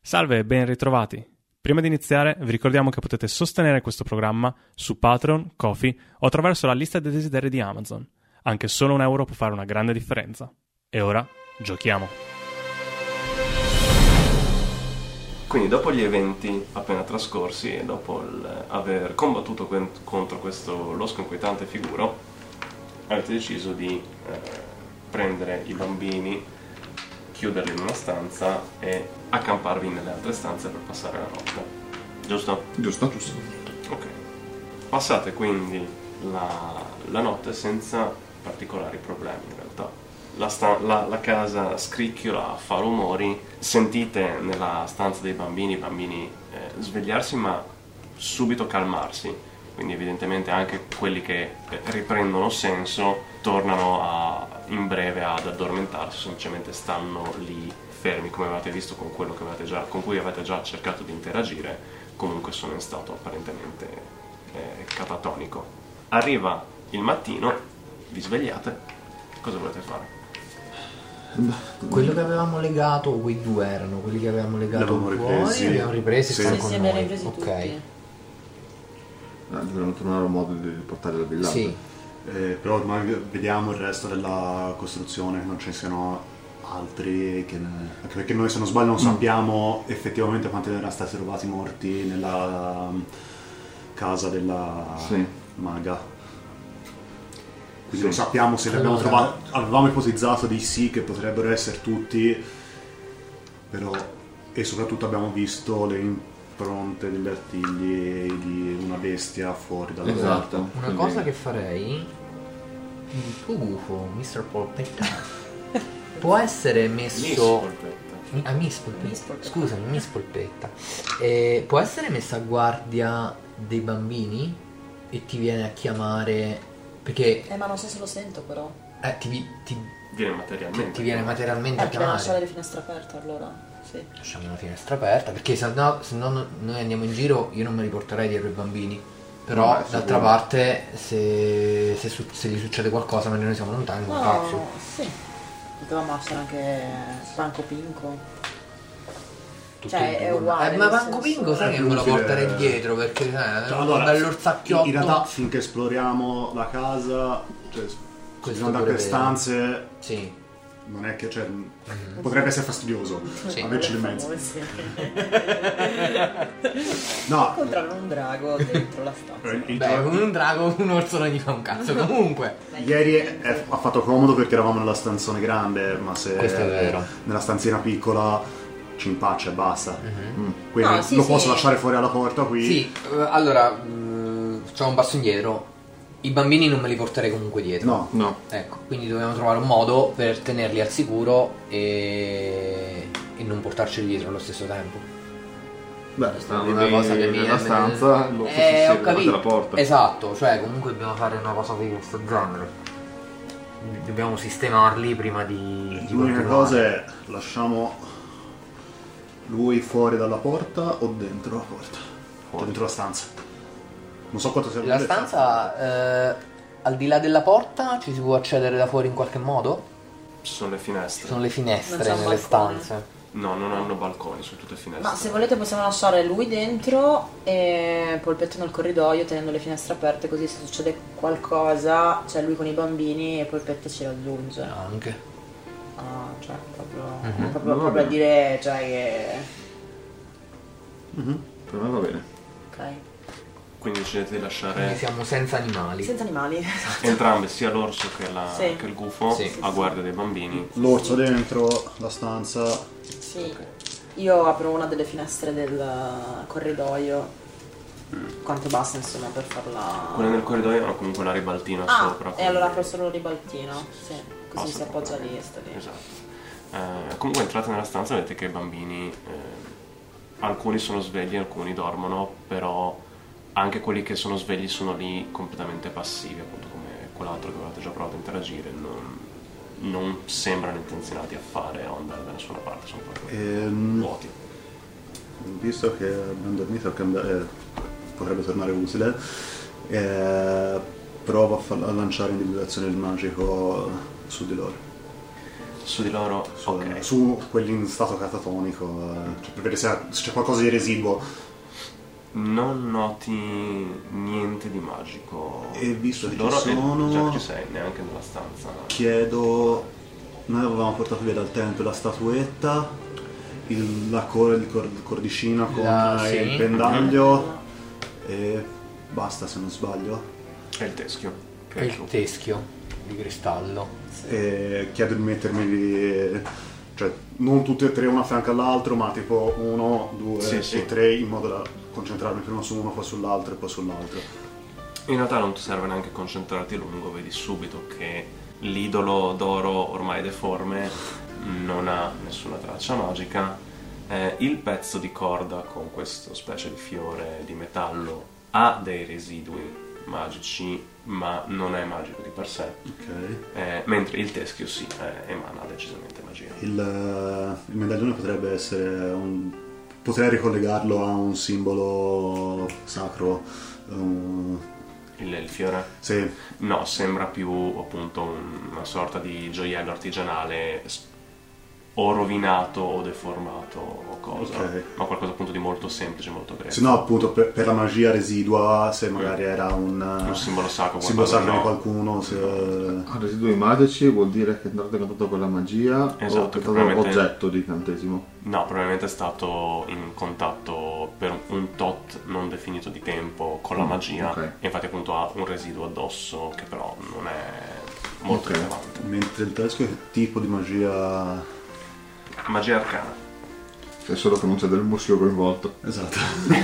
Salve e ben ritrovati. Prima di iniziare vi ricordiamo che potete sostenere questo programma su Patreon, Ko-fi o attraverso la lista dei desideri di Amazon. Anche solo €1 può fare una grande differenza. E ora, giochiamo! Quindi dopo gli eventi appena trascorsi e dopo aver combattuto contro questo losco inquietante figuro, avete deciso di prendere i bambini, chiuderli in una stanza e accamparvi nelle altre stanze per passare la notte. Giusto? Giusto. Ok. Passate quindi la notte senza particolari problemi in realtà. La casa scricchiola, fa rumori, sentite nella stanza dei bambini i bambini svegliarsi ma subito calmarsi, quindi evidentemente anche quelli che riprendono senso tornano in breve ad addormentarsi, semplicemente stanno lì fermi come avete visto con quello che con cui avete già cercato di interagire, comunque sono in stato apparentemente catatonico. Arriva il mattino, vi svegliate, cosa volete fare? Quello che avevamo legato, quei due erano quelli che avevamo legato Li abbiamo ripresi sì. stanno Sì, con abbiamo noi. ripresi Ok. tutti. Dovremmo trovare un modo di portarli da villaggio. Sì. Però ormai vediamo il resto della costruzione, che non ci siano altri anche perché noi, se non sbaglio, non sappiamo effettivamente quanti erano stati trovati morti nella casa della maga. Quindi non sappiamo se li abbiamo trovati. Avevamo ipotizzato di sì, che potrebbero essere tutti, però, e soprattutto abbiamo visto le impronte degli artigli di una bestia fuori dalla Esatto. porta. Una Quindi- cosa che farei, il tuo gufo, Mr. Polpetta, può essere messo... Miss Polpetta. Scusami, Miss Polpetta. Può essere messa a guardia dei bambini e ti viene a chiamare, perché Ma non so se lo sento però. Viene materialmente. ti viene materialmente a Dobbiamo chiamare. lasciare le finestre aperte allora. Sì. Lasciamo la finestra aperta, perché se no noi andiamo in giro, io non me li porterei dietro i bambini. Però No, d'altra parte se gli succede qualcosa mentre noi siamo lontani, non cazzo. No, sì. Potevamo lasciare anche Banco Pinco. Cioè è uguale. Ma nel Banco senso- Pingo sai che me lo utile. porterei dietro, perché Allora, dall'orsacchiotto. in realtà finché esploriamo la casa, cioè, se Questo andiamo pure per è vero. stanze, Sì. non è che potrebbe essere fastidioso Sì. averci in mezzo. Sì. No, Incontrano un drago dentro la stanza. Beh, con un drago un orso non gli fa un cazzo comunque. ieri ha fatto comodo perché eravamo nella stanzone grande, ma se Questo è vero. nella stanzina piccola ci impaccia e basta. Quindi No, sì, lo sì. posso lasciare fuori alla porta qui. Sì, allora facciamo un passo indietro. I bambini non me li porterei comunque dietro. No. Ecco, quindi dobbiamo trovare un modo per tenerli al sicuro e non portarceli dietro allo stesso tempo. Beh, Una cosa che mi nella stanza, lo ho davanti capito. alla porta. Esatto, cioè comunque dobbiamo fare una cosa di questo genere. Dobbiamo sistemarli prima di L'unica continuare. cosa è, lasciamo lui fuori dalla porta o dentro la porta? O dentro la stanza? Non so quanto sia La stanza, al di là della porta, ci si può accedere da fuori in qualche modo? Ci sono le finestre. Ci sono le Non finestre c'è un nelle balcone. stanze. No, non hanno balconi, sono tutte finestre. Ma se volete possiamo lasciare lui dentro e Polpetto nel corridoio tenendo le finestre aperte, così se succede qualcosa c'è lui con i bambini e Polpetto ci raggiunge. Anche. Ah, cioè proprio, Mhm. proprio, Va proprio a bene. dire, cioè che... Per me va bene. Ok. Quindi decidete di Quindi lasciare siamo senza animali. Senza animali. entrambe, sia l'orso che Sì. che il gufo, Sì. a guardia dei bambini. L'orso dentro la stanza. Sì. Io apro una delle finestre del corridoio. Quanto basta insomma per farla... Quelle nel corridoio hanno comunque la ribaltina Ah, sopra. e quindi allora apro solo il ribaltino. Sì. Così passa si appoggia proprio. lì e sta lì. Esatto. Comunque entrate nella stanza e vedete che i bambini, alcuni sono svegli, alcuni dormono, però anche quelli che sono svegli sono lì completamente passivi, appunto come quell'altro che avevate già provato a interagire, non sembrano intenzionati a fare o andare da nessuna parte, sono proprio vuoti. Visto che abbiamo dormito, potrebbe tornare utile. Provo a lanciare individuazione del magico su di loro. Su di loro, ok. Su quelli in stato catatonico, cioè per vedere se c'è qualcosa di residuo. Non noti niente di magico. E visto su che di loro, ci sono, già che ci sei, neanche nella stanza. chiedo. Noi avevamo portato via dal tempio la statuetta, il cordicino con sì. il pendaglio e basta, se non sbaglio. È il teschio. che E è il giù. teschio di cristallo. E chiedo di mettermi, cioè non tutte e tre una a fianco all'altro, ma tipo 1, 2 Sì, sì. e 3, in modo da concentrarmi prima su uno, poi sull'altro e poi sull'altro. In realtà non ti serve neanche concentrarti a lungo, vedi subito che l'idolo d'oro ormai deforme non ha nessuna traccia magica. Il pezzo di corda con questo specie di fiore di metallo ha dei residui magici, ma non è magico di per sé. Ok. Mentre il teschio sì, emana decisamente magia. Il medaglione potrebbe essere potrei ricollegarlo a un simbolo sacro. Il fiore? Sì, No, sembra più appunto una sorta di gioiello artigianale o rovinato o deformato o cosa, Ok. ma qualcosa appunto di molto semplice, molto grezzo. se no appunto per la magia residua, se magari era un simbolo sacro, simbolo qualcosa sacro di no. qualcuno, se... Residui magici vuol dire che è entrato in contatto con la magia Esatto, o che è che stato probabilmente- oggetto di incantesimo. No, probabilmente è stato in contatto per un tot non definito di tempo con la magia, ok. e infatti appunto ha un residuo addosso che però non è molto Ok. rilevante. Mentre il teschio, che tipo di magia... Magia arcana. Se solo che non c'è del muschio coinvolto. Esatto.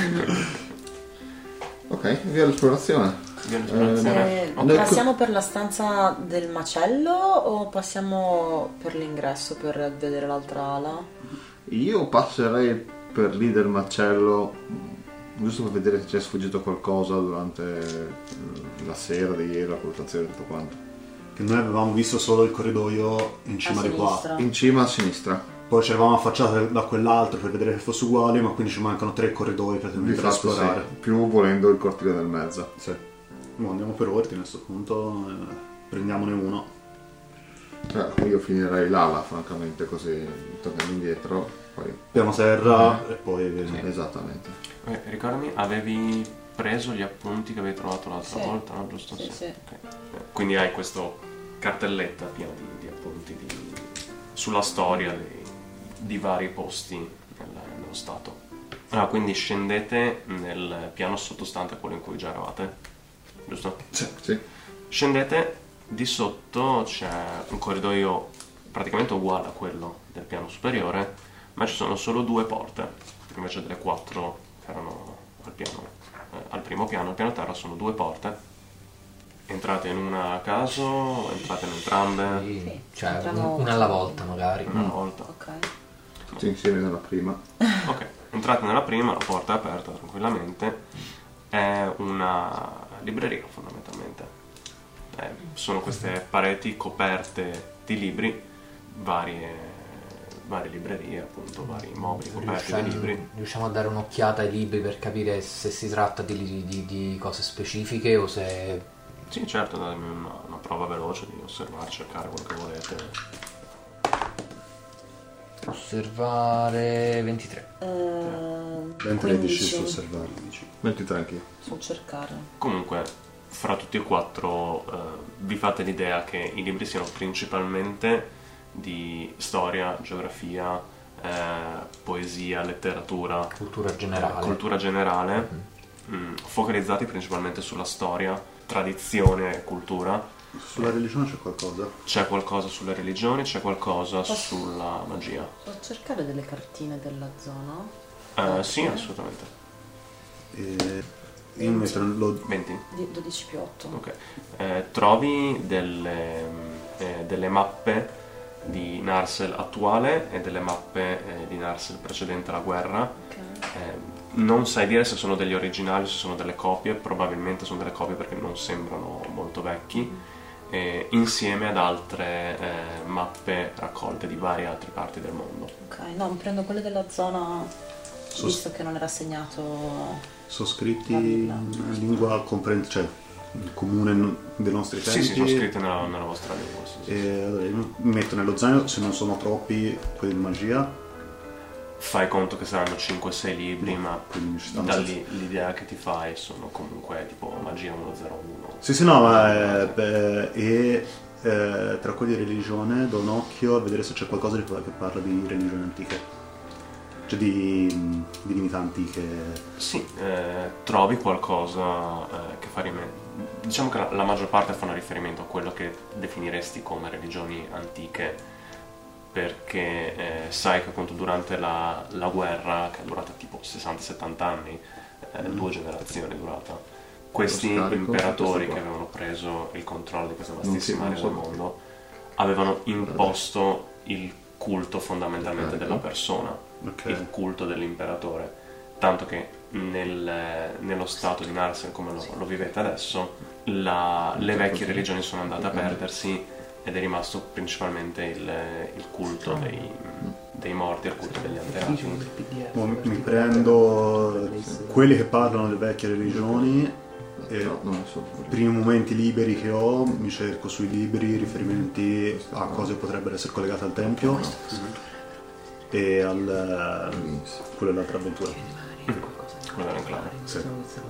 Ok, via l'esplorazione. Via l'esplorazione. Ok. Passiamo per la stanza del macello o passiamo per l'ingresso per vedere l'altra ala? Io passerei per lì del macello, giusto per vedere se c'è sfuggito qualcosa durante la sera di ieri, la colluttazione e tutto quanto. Che noi avevamo visto solo il corridoio in cima di qua. sinistra. In cima a sinistra. Poi ci eravamo affacciati da quell'altro per vedere che fosse uguale, ma quindi ci mancano 3 corridoi Di praticamente da fatto esplorare. sì, più volendo il cortile del mezzo. Sì. Mo andiamo per ordine a questo punto, prendiamone uno. Io finirei l'ala, francamente, così torniamo indietro. Poi... Piano terra e poi... Esattamente. Ricordami, avevi preso gli appunti che avevi trovato l'altra Sì. volta, no? Giusto? Sì, sì. Ok. Quindi hai questa cartelletta piena di appunti sulla storia di vari posti nello stato. Allora, quindi scendete nel piano sottostante a quello in cui già eravate, giusto? Sì. Scendete, di sotto c'è un corridoio praticamente uguale a quello del piano superiore, ma ci sono solo 2 porte, invece delle 4 che erano al primo piano. Al piano terra sono 2 porte. Entrate in una a caso, entrate in entrambe, Sì, cioè entriamo- una alla volta magari. una volta. Ok. Tutti insieme nella prima. Ok, entrate nella prima, la porta è aperta tranquillamente, è una libreria fondamentalmente. Sono queste pareti coperte di libri, varie librerie, appunto, vari mobili coperti di libri. Riusciamo a dare un'occhiata ai libri per capire se si tratta di cose specifiche o se... Sì, certo, datemi una prova veloce di osservare, cercare quello che volete. Osservare 23. Ben 13 su osservare, dici. 23 anch'io. Sul cercare. Comunque, fra tutti e 4 vi fate l'idea che i libri siano principalmente di storia, geografia, poesia, letteratura, Cultura generale. cultura generale, focalizzati principalmente sulla storia, tradizione e cultura. Sulla religione c'è qualcosa? C'è qualcosa sulle religioni, c'è qualcosa sulla magia. Posso cercare delle cartine della zona? Sì, assolutamente. E io metto 20. 12 più 8. Ok. Trovi delle mappe di Narsil attuale e delle mappe di Narsil precedente alla guerra. Ok. Non sai dire se sono degli originali o se sono delle copie, probabilmente sono delle copie perché non sembrano molto vecchi, insieme ad altre mappe raccolte di varie altre parti del mondo. Ok, no, prendo quelle della zona, Sus- visto che non era segnato. Sono scritti in lingua cioè comune dei nostri tempi. Sì, sono scritte nella vostra lingua. Sì. E allora io metto nello zaino, se non sono troppi, quelli di magia. Fai conto che saranno 5-6 libri, ma Quindi ci stanno l'idea che ti fai sono comunque tipo magia 101. Sì, no, ma tra quelli di religione do un occhio a vedere se c'è qualcosa che parla di religioni antiche, cioè di divinità antiche. Sì, trovi qualcosa che fa diciamo che la maggior parte fanno riferimento a quello che definiresti come religioni antiche, perché sai che appunto durante la guerra, che è durata tipo 60-70 anni, 2 generazioni è durata, questi imperatori che avevano preso il controllo di questa vastissima area del mondo avevano imposto il culto fondamentalmente della persona, il culto dell'imperatore, tanto che nello stato di Narsen come lo vivete adesso, le vecchie religioni sono andate a perdersi ed è rimasto principalmente il culto dei morti, il culto degli antenati. Mi prendo quelli che parlano delle vecchie religioni e i primi momenti liberi che ho mi cerco sui libri riferimenti a cose che potrebbero essere collegate al tempio e quella dell'altra avventura. Quella dell'enclave. Sì.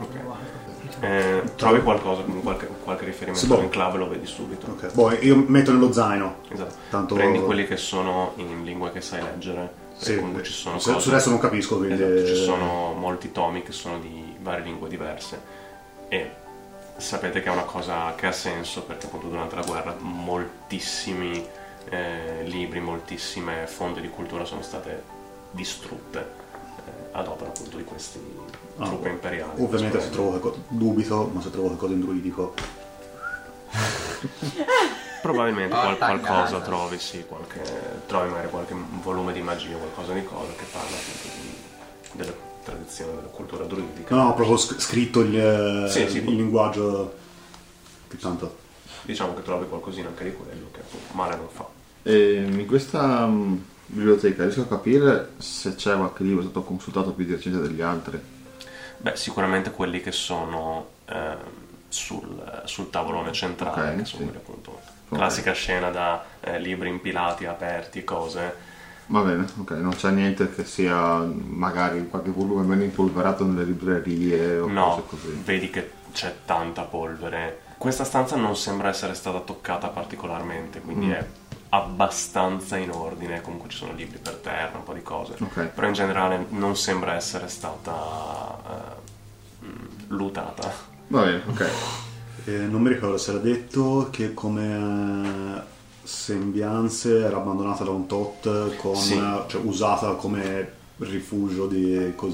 Trovi qualcosa, qualche riferimento all'enclave lo vedi subito. Okay. Io metto nello zaino. Esatto. Tanto... Prendi quelli che sono in lingue che sai leggere. Sì, comunque ci sono sul resto non capisco, quindi... Esatto, ci sono molti tomi che sono di varie lingue diverse e sapete che è una cosa che ha senso, perché appunto durante la guerra moltissimi libri, moltissime fonti di cultura sono state distrutte ad opera appunto di questi truppe imperiali. Ovviamente se trovo qualcosa, dubito, ma se trovo qualcosa in druidico probabilmente qualcosa trovi, sì, trovi magari qualche volume di magia o qualcosa di cosa che parla appunto della tradizione, della cultura druidica. No, proprio scritto il linguaggio che tanto. Diciamo che trovi qualcosina anche di quello che appunto male non fa. In questa biblioteca riesco a capire se c'è qualche libro stato consultato più di recente degli altri? Beh, sicuramente quelli che sono sul tavolone centrale, che sono quelli appunto classica scena da libri impilati, aperti, cose. Va bene, ok, non c'è niente che sia magari qualche volume meno impolverato nelle librerie o cose così? Vedi che c'è tanta polvere. Questa stanza non sembra essere stata toccata particolarmente, quindi è abbastanza in ordine, comunque ci sono libri per terra, un po' di cose, però in generale non sembra essere stata lootata. Va bene, ok. Non mi ricordo se era detto che come sembianze era abbandonata da un tot cioè usata come rifugio di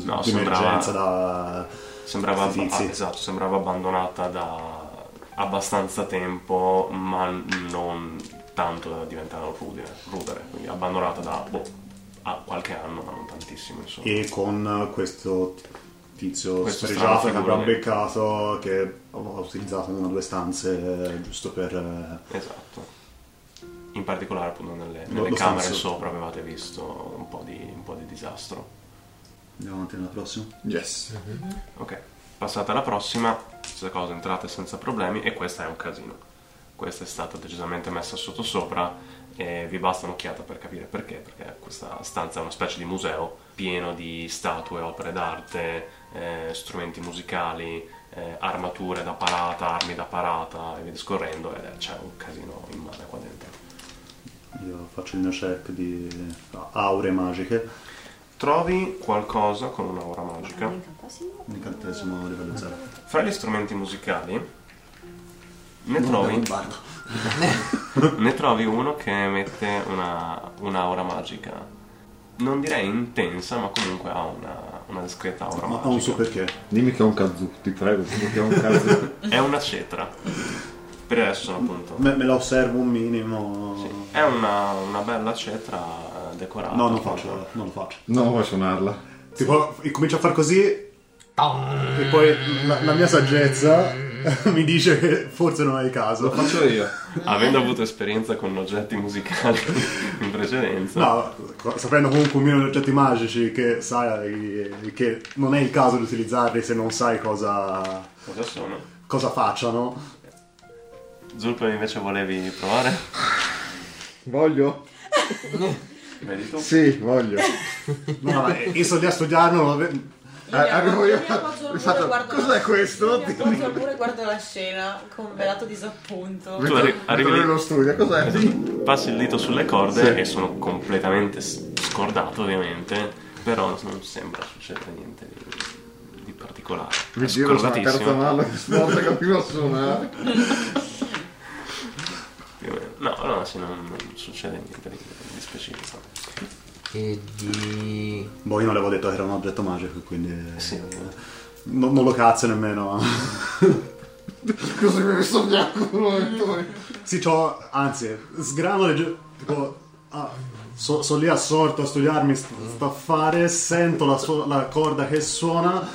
emergenza sembrava abbandonata da abbastanza tempo, ma non tanto da diventare rudere, quindi abbandonata da qualche anno, ma non tantissimo, insomma. E con questo tizio sfregiato che abbiamo beccato, che ho utilizzato in 1 o 2 stanze giusto per... Esatto. In particolare appunto nelle camere sopra avevate visto un po' di disastro. Andiamo avanti nella prossima? Yes. Ok, passate alla prossima, queste cose entrate senza problemi e questa è un casino. Questa è stata decisamente messa sottosopra e vi basta un'occhiata per capire perché questa stanza è una specie di museo pieno di statue, opere d'arte, strumenti musicali, armature da parata, armi da parata e via discorrendo, e c'è un casino immane qua dentro. Io faccio il mio check di aure magiche. Trovi qualcosa con un'aura magica? Un incantesimo livello 0. Fra gli strumenti musicali ne trovi uno che emette un'aura magica. Non direi intensa, ma comunque ha una discreta aura magica. Ma non so perché. Dimmi che è un kazoo, ti prego, dimmi che è un kazoo. È una cetra. Per adesso appunto. Me la osservo un minimo. Sì. È una bella cetra decorata. No, non lo faccio. Non vuoi suonarla? Tipo, comincio a far così e poi la mia saggezza mi dice che forse non è il caso. Lo faccio io. Avendo avuto esperienza con oggetti musicali in precedenza. No, sapendo comunque un milione di oggetti magici che sai che non è il caso di utilizzarli se non sai cosa cosa facciano. Zulpe invece volevi provare? Voglio? Vedi tu? Sì, voglio. No, io sto lì a studiarlo. Arrivo io. mi appoggio al Mi faccio, muro e guardo cos'è questo? Mi appoggio al muro e guardo la scena con velato disappunto. Tu arrivi lì, nello studio, cos'è? passi il dito sulle corde Sì. e sono completamente scordato ovviamente, però non sembra succedere niente di particolare. Mi È giro sulla terza scordatissimo. mano che svolta che continuo a suonare. Più o meno. No, allora sì, non succede niente di specifico. E di... Boh, io non l'avevo detto che era un oggetto magico, quindi Sì. non lo cazzo nemmeno. Scusi, mi hai messo bianco. Sì, anzi, sgrano tipo, sono lì assorto a studiarmi sto affare, sento la corda che suona.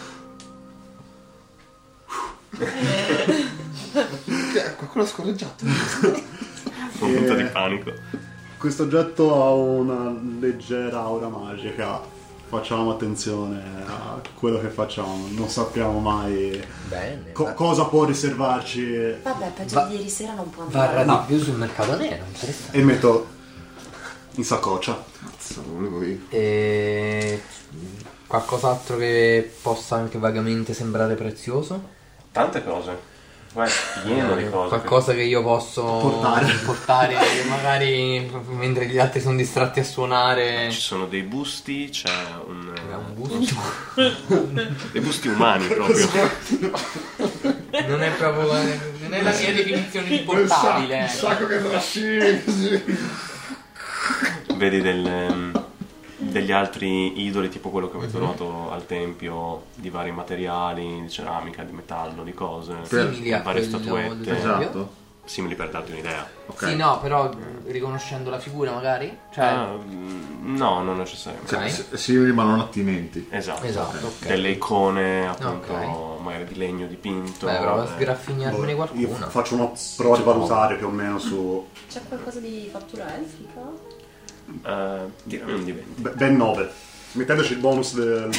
Qualcuno ha scorreggiato. Un punto di panico. Questo oggetto ha una leggera aura magica. Facciamo attenzione a quello che facciamo, non sappiamo mai Bene. cosa può riservarci. Vabbè, peggio Va- di ieri sera non può Varrà andare. di più sul mercato nero, interessante. E metto in saccoccia. Cazzo, lo volevo io. E... qualcos'altro che possa anche vagamente sembrare prezioso? Tante cose. Guarda, è pieno di cose. Qualcosa che io posso portare magari mentre gli altri sono distratti a suonare. Ci sono dei busti, c'è Un busto. dei busti umani proprio. Non è proprio non è la mia definizione di portabile. Il sacco che trascini così. Vedi degli altri idoli, tipo quello che avete trovato al tempio, di vari materiali, di ceramica, di metallo, di cose, Simili a varie quello statuette, del- Esatto. simili per darti un'idea. Ok. Sì, no, però riconoscendo la figura magari? Cioè, No, non necessariamente. Ok. Simili ma non attinenti. Esatto. esatto, ok. Delle icone, appunto, Ok. magari di legno dipinto. Beh, provo a sgraffignarmene Io qualcuna. faccio una prova di valutare più o meno su C'è qualcosa di fattura elfica? Direi un di 20. ben 9, mettendoci il bonus del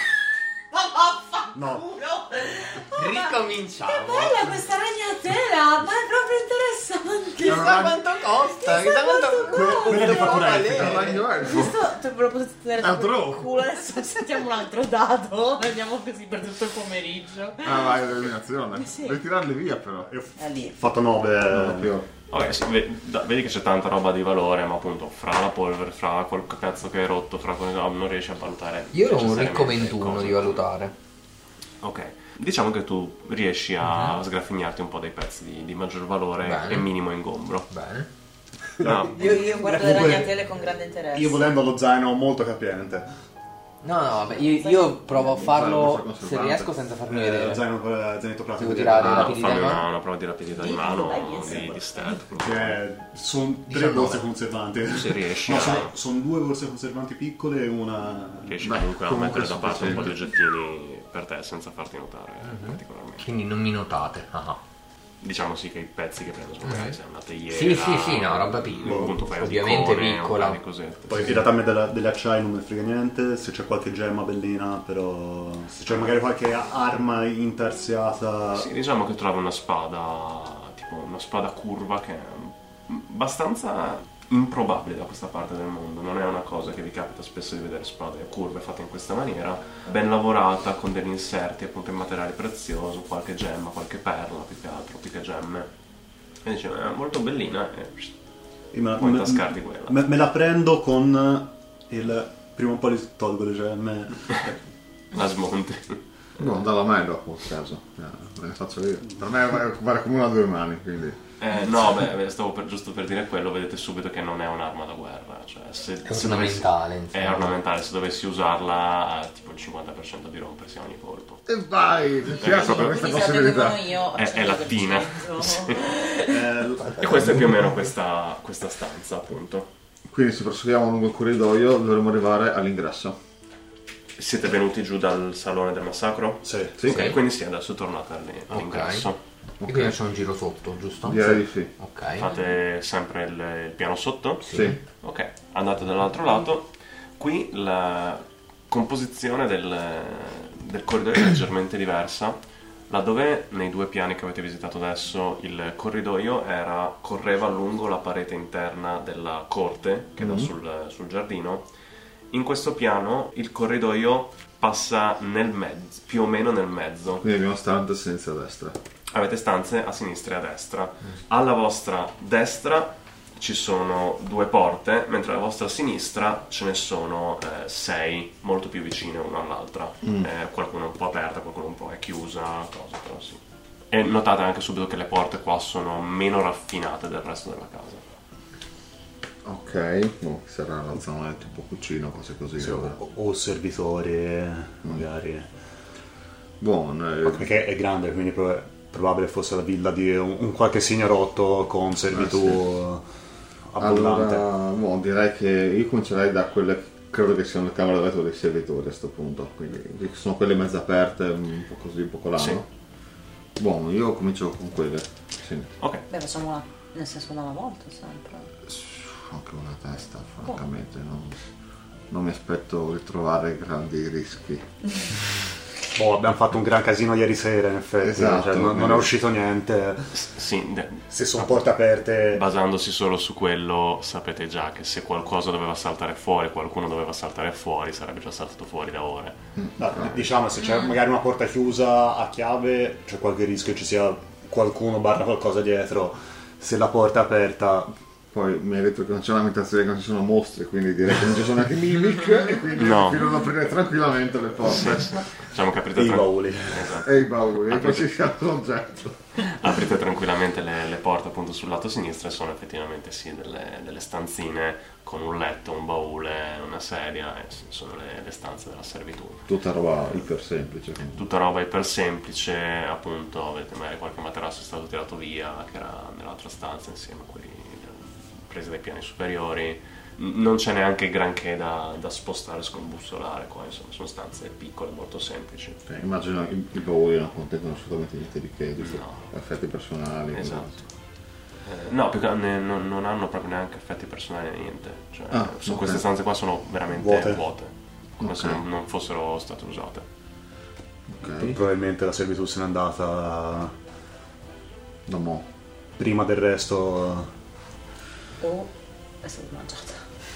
no. Ricominciamo. Bella questa ragnatela, ma è proprio interessante. Chissà quanto costa, chissà quanto Quella di fattura vale. elfica. Il ragno elfo. Questo ve lo potete tenere È un sul draw. culo. Adesso sentiamo un altro dado. Andiamo così per tutto il pomeriggio. Ah, vai, l'eliminazione. Sì. Devi tirarli via però. È lì. Ho fatto 9. Proprio. Ok, sì, vedi che c'è tanta roba di valore, ma appunto fra la polvere, fra qualche pezzo che è rotto, fra quello non riesci a valutare. Io ero un necessariamente ricco 21 cosa. di valutare. Ok, diciamo che tu riesci a sgraffignarti un po' dei pezzi di maggior valore Bene. e minimo ingombro. Bene. No, Io guardo le Comunque, ragnatele con grande interesse. Io volendo lo zaino molto capiente. No, vabbè, io provo a farlo Zaino se conservante. riesco senza farmi vedere. Zainetto pratico. Devo tirare no, rapidità fammi di mano? una prova di rapidità di mano, di stealth. Che sono 3 19. borse conservanti. Se riesci No, a... sono 2 borse conservanti piccole e una. Riesci Beh, comunque a comunque mettere da parte un po' di sufficiente. oggettini per te senza farti notare particolarmente. Quindi non mi notate. Ah. Diciamo sì che i pezzi che prendo sono magari se è una teiera, Sì, sì, sì, no, roba piccola. appunto fai Ovviamente icone, un piccola. paio di cosette. Poi in realtà a me delle acciai non mi frega niente, se c'è qualche gemma bellina, però se c'è magari qualche arma intarsiata. Sì, diciamo che trovi una spada, tipo una spada curva che è abbastanza improbabile da questa parte del mondo, non è una cosa che vi capita spesso di vedere spade curve fatte in questa maniera, ben lavorata con degli inserti appunto in materiale prezioso, qualche gemma, qualche perla più che altro, più che gemme. E dice, è molto bellina e puoi intascarti quella. Me la prendo con il. Prima un po' li tolgo le gemme. La smonti. No, dalla me dopo, a caso. Me ne faccio io. Per me vale come una a due mani, quindi. No, beh, stavo giusto per dire quello, vedete subito che non è un'arma da guerra, cioè È ornamentale, insomma. è ornamentale, se dovessi usarla ha tipo il 50% di rompersi a ogni colpo. E vai! Mi piace proprio- questa Quindi se la devono possibilità. io, È lattina. 100%. Sì. E questa è più o meno questa stanza, appunto. Quindi se proseguiamo lungo il corridoio dovremo arrivare all'ingresso. Siete venuti giù dal salone del massacro? Sì. Sì? Ok, quindi sì, adesso tornate all'ingresso. E quindi facciamo un giro sotto, giusto? Direi di sì. Ok. Fate sempre il piano sotto? Sì. Ok, andate dall'altro lato. Qui la composizione del corridoio è leggermente diversa. Laddove nei 2 piani che avete visitato adesso il corridoio correva lungo la parete interna della corte che dà sul giardino, in questo piano il corridoio passa nel mezzo, più o meno nel mezzo. Quindi abbiamo stanze a sinistra e a destra. Avete stanze a sinistra e a destra. Alla vostra destra ci sono 2 porte, mentre alla vostra sinistra ce ne sono 6, molto più vicine una all'altra. Qualcuna un po' aperta, qualcuna un po' è chiusa, cosa, però sì. E notate anche subito che le porte qua sono meno raffinate del resto della casa. Ok, sarà la zona tipo cucina, cose così. Sì, o servitori, magari. Buono. Perché è grande, quindi probabile fosse la villa di un qualche signorotto con servitù abbondante. Allora, direi che io comincerei da quelle che credo che siano le camere da letto dei servitori a questo punto. Quindi sono quelle mezze aperte, un po' così, un po' colano. Sì. Buono, io comincio con quelle. Sì. Ok. Beh, facciamo nel senso una volta sempre. Anche una testa, francamente. Non mi aspetto di trovare grandi rischi. Abbiamo fatto un gran casino ieri sera, in effetti. Esatto, non è uscito niente. Sì, Se sono porte aperte. basandosi solo su quello, sapete già che se qualcosa doveva saltare fuori, qualcuno doveva saltare fuori, sarebbe già saltato fuori da ore. No, diciamo, se c'è magari una porta chiusa a chiave, c'è qualche rischio che ci sia qualcuno barra qualcosa dietro. Se la porta è aperta. Poi mi hai detto che non c'è una imitazione, che non ci sono mostri, quindi direi che non ci sono neanche mimic e quindi riuscirono ad aprire tranquillamente le porte. Diciamo che aprite I bauli. Esatto. E i bauli, e qualsiasi altro oggetto. Aprite tranquillamente le porte appunto sul lato sinistro e sono effettivamente sì delle stanzine con un letto, un baule, una sedia, e sono le stanze della servitù. Tutta roba iper semplice. Quindi. Tutta roba iper semplice, appunto, vedete magari qualche materasso è stato tirato via che era nell'altra stanza insieme a quelli presi dai piani superiori. Non c'è neanche granché da spostare, scombussolare qua, insomma sono stanze piccole, molto semplici. Immagino i bauli non contengono assolutamente niente di che, giusto? No. Effetti personali. Esatto. No, più che non hanno proprio neanche effetti personali, niente. Cioè, ok. queste stanze qua sono veramente vuote, come se non fossero state usate. Ok, Probabilmente la servitù se n'è andata da mo'. prima del resto. O è stata mangiata.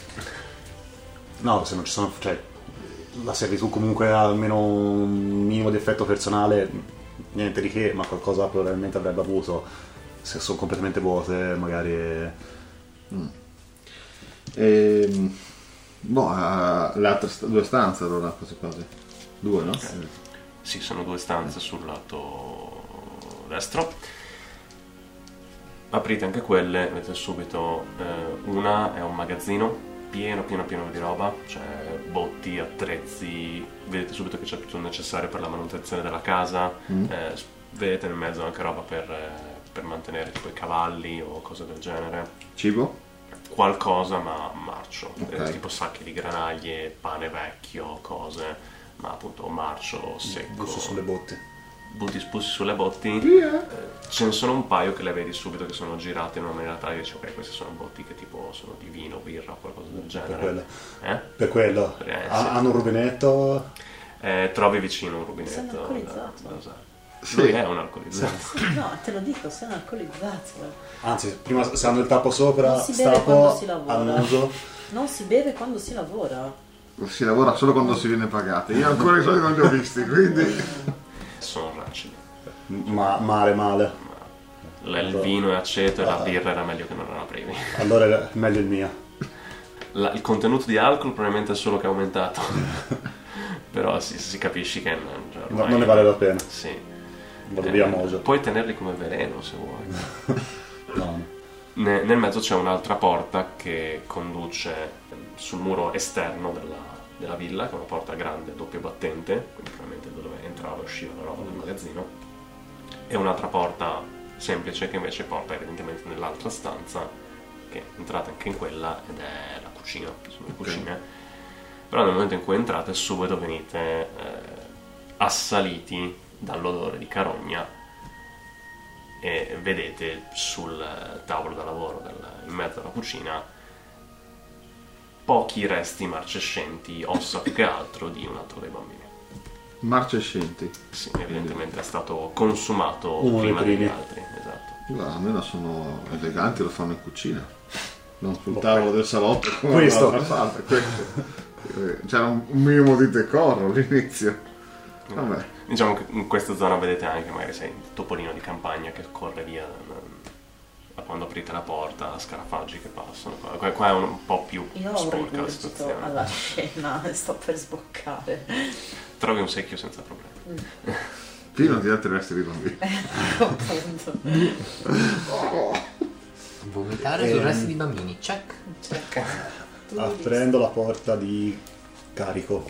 No, se non ci sono. Cioè, la servitù comunque ha almeno un minimo di effetto personale, niente di che, ma qualcosa probabilmente avrebbe avuto. Se sono completamente vuote, magari. Le altre 2 stanze allora, quasi. 2, no? Okay. Sì, sono 2 stanze sul lato destro. Aprite anche quelle, vedete subito, una è un magazzino pieno di roba, cioè botti, attrezzi, vedete subito che c'è tutto il necessario per la manutenzione della casa, vedete nel mezzo anche roba per mantenere tipo i cavalli o cose del genere. Cibo? Qualcosa ma marcio, Ok. tipo sacchi di granaglie, pane vecchio, cose, ma appunto marcio, secco. Busso sulle botti. Butti spussi sulle botti, ce ne sono un paio che le vedi subito che sono girate in una maniera tale che dici ok, queste sono botti che tipo sono di vino, birra o qualcosa del genere. Per quello. Sì. Hanno un rubinetto. Trovi vicino un rubinetto Sei un alcolizzato. da usare. Sì. Lui è un alcolizzato. No, te lo dico, sei un alcolizzato. Anzi, prima se hanno il tappo sopra, Non si beve quando si lavora. al muso. Non si beve quando si lavora. Si lavora solo quando si viene pagati. Io ancora i soldi non li ho visti, quindi. Sono racidi. Male. Il vino è aceto e la birra era meglio che non la aprivi. Allora è meglio il mio. Il contenuto di alcol probabilmente è solo che è aumentato. Però si capisci che ormai, Non ne vale la pena. Sì. Vado via Mojo. Puoi tenerli come veleno se vuoi. No. Nel mezzo c'è un'altra porta che conduce sul muro esterno della villa, che è una porta grande, doppio battente, quindi probabilmente dove entrava e usciva la roba del magazzino, e un'altra porta semplice che invece porta evidentemente nell'altra stanza, che entrate anche in quella ed è la cucina, sono le cucine. Però nel momento in cui entrate subito venite assaliti dall'odore di carogna e vedete sul tavolo da lavoro in mezzo alla cucina pochi resti marcescenti, ossa più che altro, di un altro dei bambini. Marcescenti. Sì, evidentemente è stato consumato Uno dei prima degli primi. altri, esatto. Ma almeno sono eleganti, lo fanno in cucina. Non sul tavolo del salotto come Questo. dall'altra parte. Questo. C'era un minimo di decoro all'inizio. Vabbè. Diciamo che in questa zona vedete anche magari sei il topolino di campagna che corre via da quando aprite la porta, scarafaggi che passano. Qua è un po' più Io ho sporca la rigurgito situazione. alla scena e sto per sboccare. Trovi un secchio senza problemi. Pieno di altri resti di bambini. Appunto. Vomitare sul resto di bambini, check. Cioè, Aprendo la porta di carico.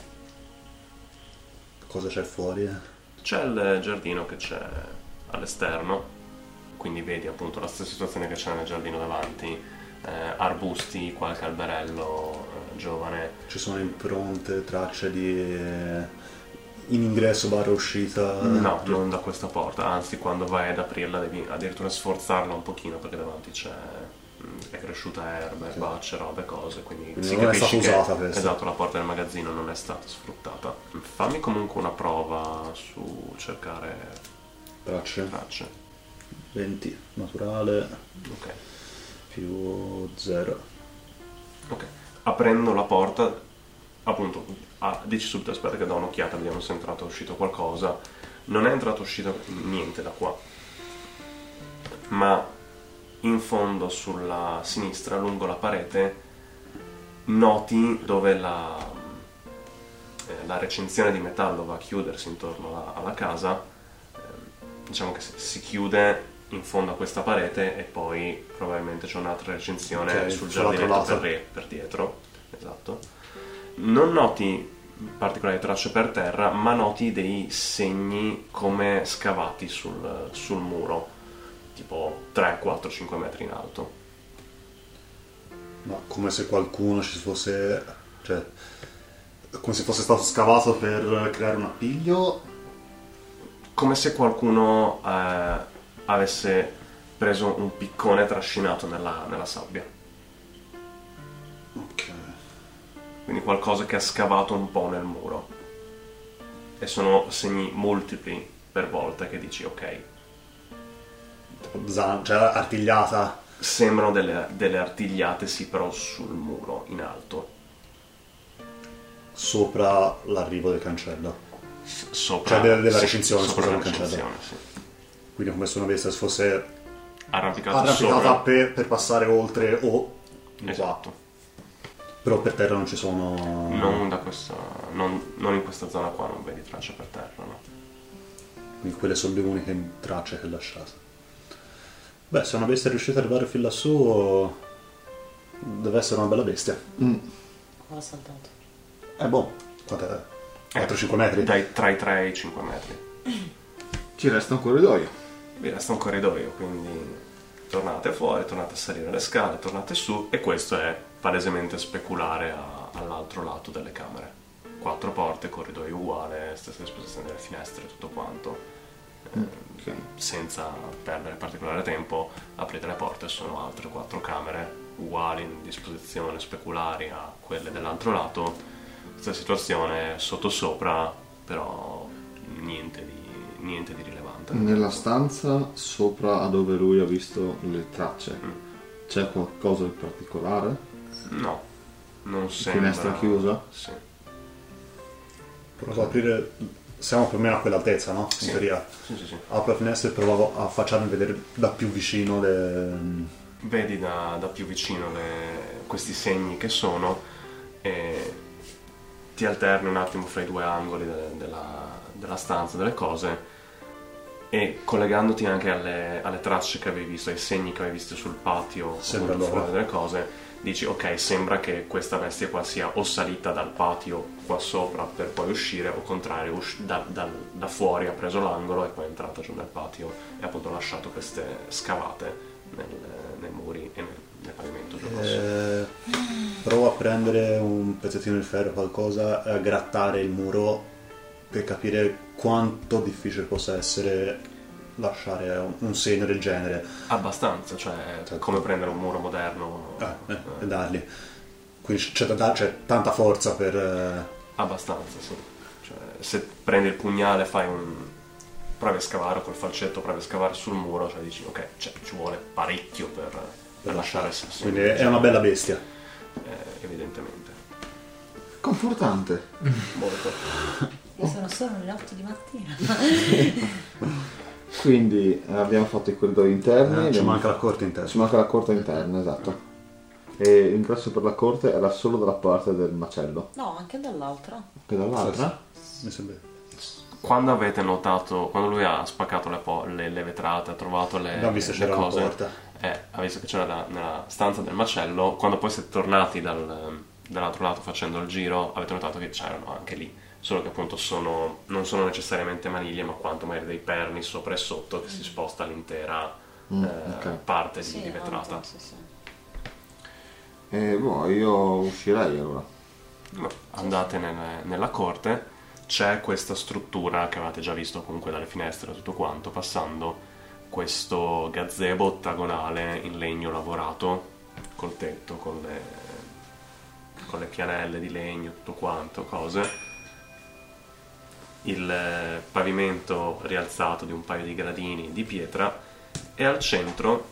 Cosa c'è fuori? C'è il giardino che c'è all'esterno, quindi vedi appunto la stessa situazione che c'è nel giardino davanti, arbusti, qualche alberello giovane. Ci sono impronte, tracce di in ingresso barra uscita? No, non da questa porta, anzi quando vai ad aprirla devi addirittura sforzarla un pochino perché davanti è cresciuta erba, erbacce, robe, cose, quindi si non è capisce stata che usata questa. esatto, la porta del magazzino non è stata sfruttata. Fammi comunque una prova su cercare Tracce. tracce. 20 naturale Ok. più 0. Ok, aprendo la porta, appunto, dici subito, aspetta che do un'occhiata, vediamo se è entrato o uscito qualcosa. Non è entrato o uscito niente da qua, ma in fondo sulla sinistra, lungo la parete, noti dove la recinzione di metallo va a chiudersi intorno alla casa. Diciamo che si chiude in fondo a questa parete e poi probabilmente c'è un'altra recinzione Ok, sul sull'altro giardinetto lato. per dietro. Esatto. Non noti particolari tracce per terra, ma noti dei segni come scavati sul muro, tipo 3, 4, 5 metri in alto. Ma come se qualcuno ci fosse, cioè, come se fosse stato scavato per creare un appiglio. Come se qualcuno avesse preso un piccone e trascinato nella sabbia. Ok. Quindi qualcosa che ha scavato un po' nel muro. E sono segni multipli per volta che dici ok. Cioè artigliata. Sembrano delle artigliate, sì, però sul muro, in alto. Sopra l'arrivo del cancello. Sopra, Cioè della sì, recinzione, sopra scusa, la non cancello. recinzione, sì. Quindi come se una bestia fosse Arrampicata arrampicata sopra. per passare oltre o in Esatto. qua. Però per terra non ci sono. Non in questa zona qua non vedi tracce per terra, no. Quindi quelle sono le uniche tracce che lasciate. Beh, se una bestia è riuscita ad arrivare fin lassù, deve essere una bella bestia. Ho saltato. Boh, quant'è? 4-5 metri? Tra i 3 e i 5 metri. Ci resta un corridoio. Vi resta un corridoio, quindi tornate fuori, tornate a salire le scale, tornate su, e questo è palesemente speculare all'altro lato delle camere. 4 porte, corridoio uguale, stessa disposizione delle finestre, tutto quanto. Ok. Senza perdere particolare tempo, aprite le porte, sono altre 4 camere uguali in disposizione, speculari a quelle dell'altro lato. Questa situazione sottosopra, però niente di rilevante. Nella stanza sopra a dove lui ha visto le tracce c'è qualcosa di particolare? No, non sembra. Finestra chiusa? Sì. Provo ad aprire. Siamo più o meno a quell'altezza, no? Sì. In teoria. Sì. Apro la finestra e provo a facciarmi vedere da più vicino le. Vedi da più vicino questi segni che sono, e ti alterni un attimo fra i due angoli della stanza, delle cose, e collegandoti anche alle tracce che avevi visto, ai segni che avevi visto sul patio, Sembra appunto, loro. fuori delle cose, dici ok, sembra che questa bestia qua sia o salita dal patio qua sopra per poi uscire, o contrario, da fuori ha preso l'angolo e poi è entrata giù nel patio e appunto ha lasciato queste scavate nei muri e nel pavimento giù basso. Provo a prendere un pezzettino di ferro o qualcosa e a grattare il muro per capire quanto difficile possa essere lasciare un segno del genere. Abbastanza, cioè come prendere un muro moderno. E darli. Quindi c'è tanta forza per. Abbastanza, sì. Cioè, se prendi il pugnale, provi a scavare col falcetto, provi a scavare sul muro, cioè dici ok, ci vuole parecchio per lasciare il sasso. Quindi è una bella bestia. Evidentemente. Confortante. Molto. Io sono solo alle 8 di mattina. Quindi abbiamo fatto i corridoi interni. Ci manca la corte interna. Ci manca la corte interna, esatto. E l'ingresso per la corte era solo dalla parte del macello. No, anche dall'altra. Che dall'altra? Mi sembra. Quando avete notato, quando lui ha spaccato le vetrate, ha trovato Abbiamo visto le c'era cose, la porta. ha visto che c'era nella stanza del macello, quando poi siete tornati dall'altro lato facendo il giro, avete notato che c'erano anche lì, solo che appunto non sono necessariamente maniglie, ma quanto magari dei perni sopra e sotto che si sposta l'intera ok. parte Sì, di vetrata. sì. Io uscirei allora. Andate nella corte, c'è questa struttura che avevate già visto comunque dalle finestre e tutto quanto, passando questo gazebo ottagonale in legno lavorato, col tetto, con le pianelle di legno, tutto quanto, cose. Il pavimento rialzato di un paio di gradini di pietra e al centro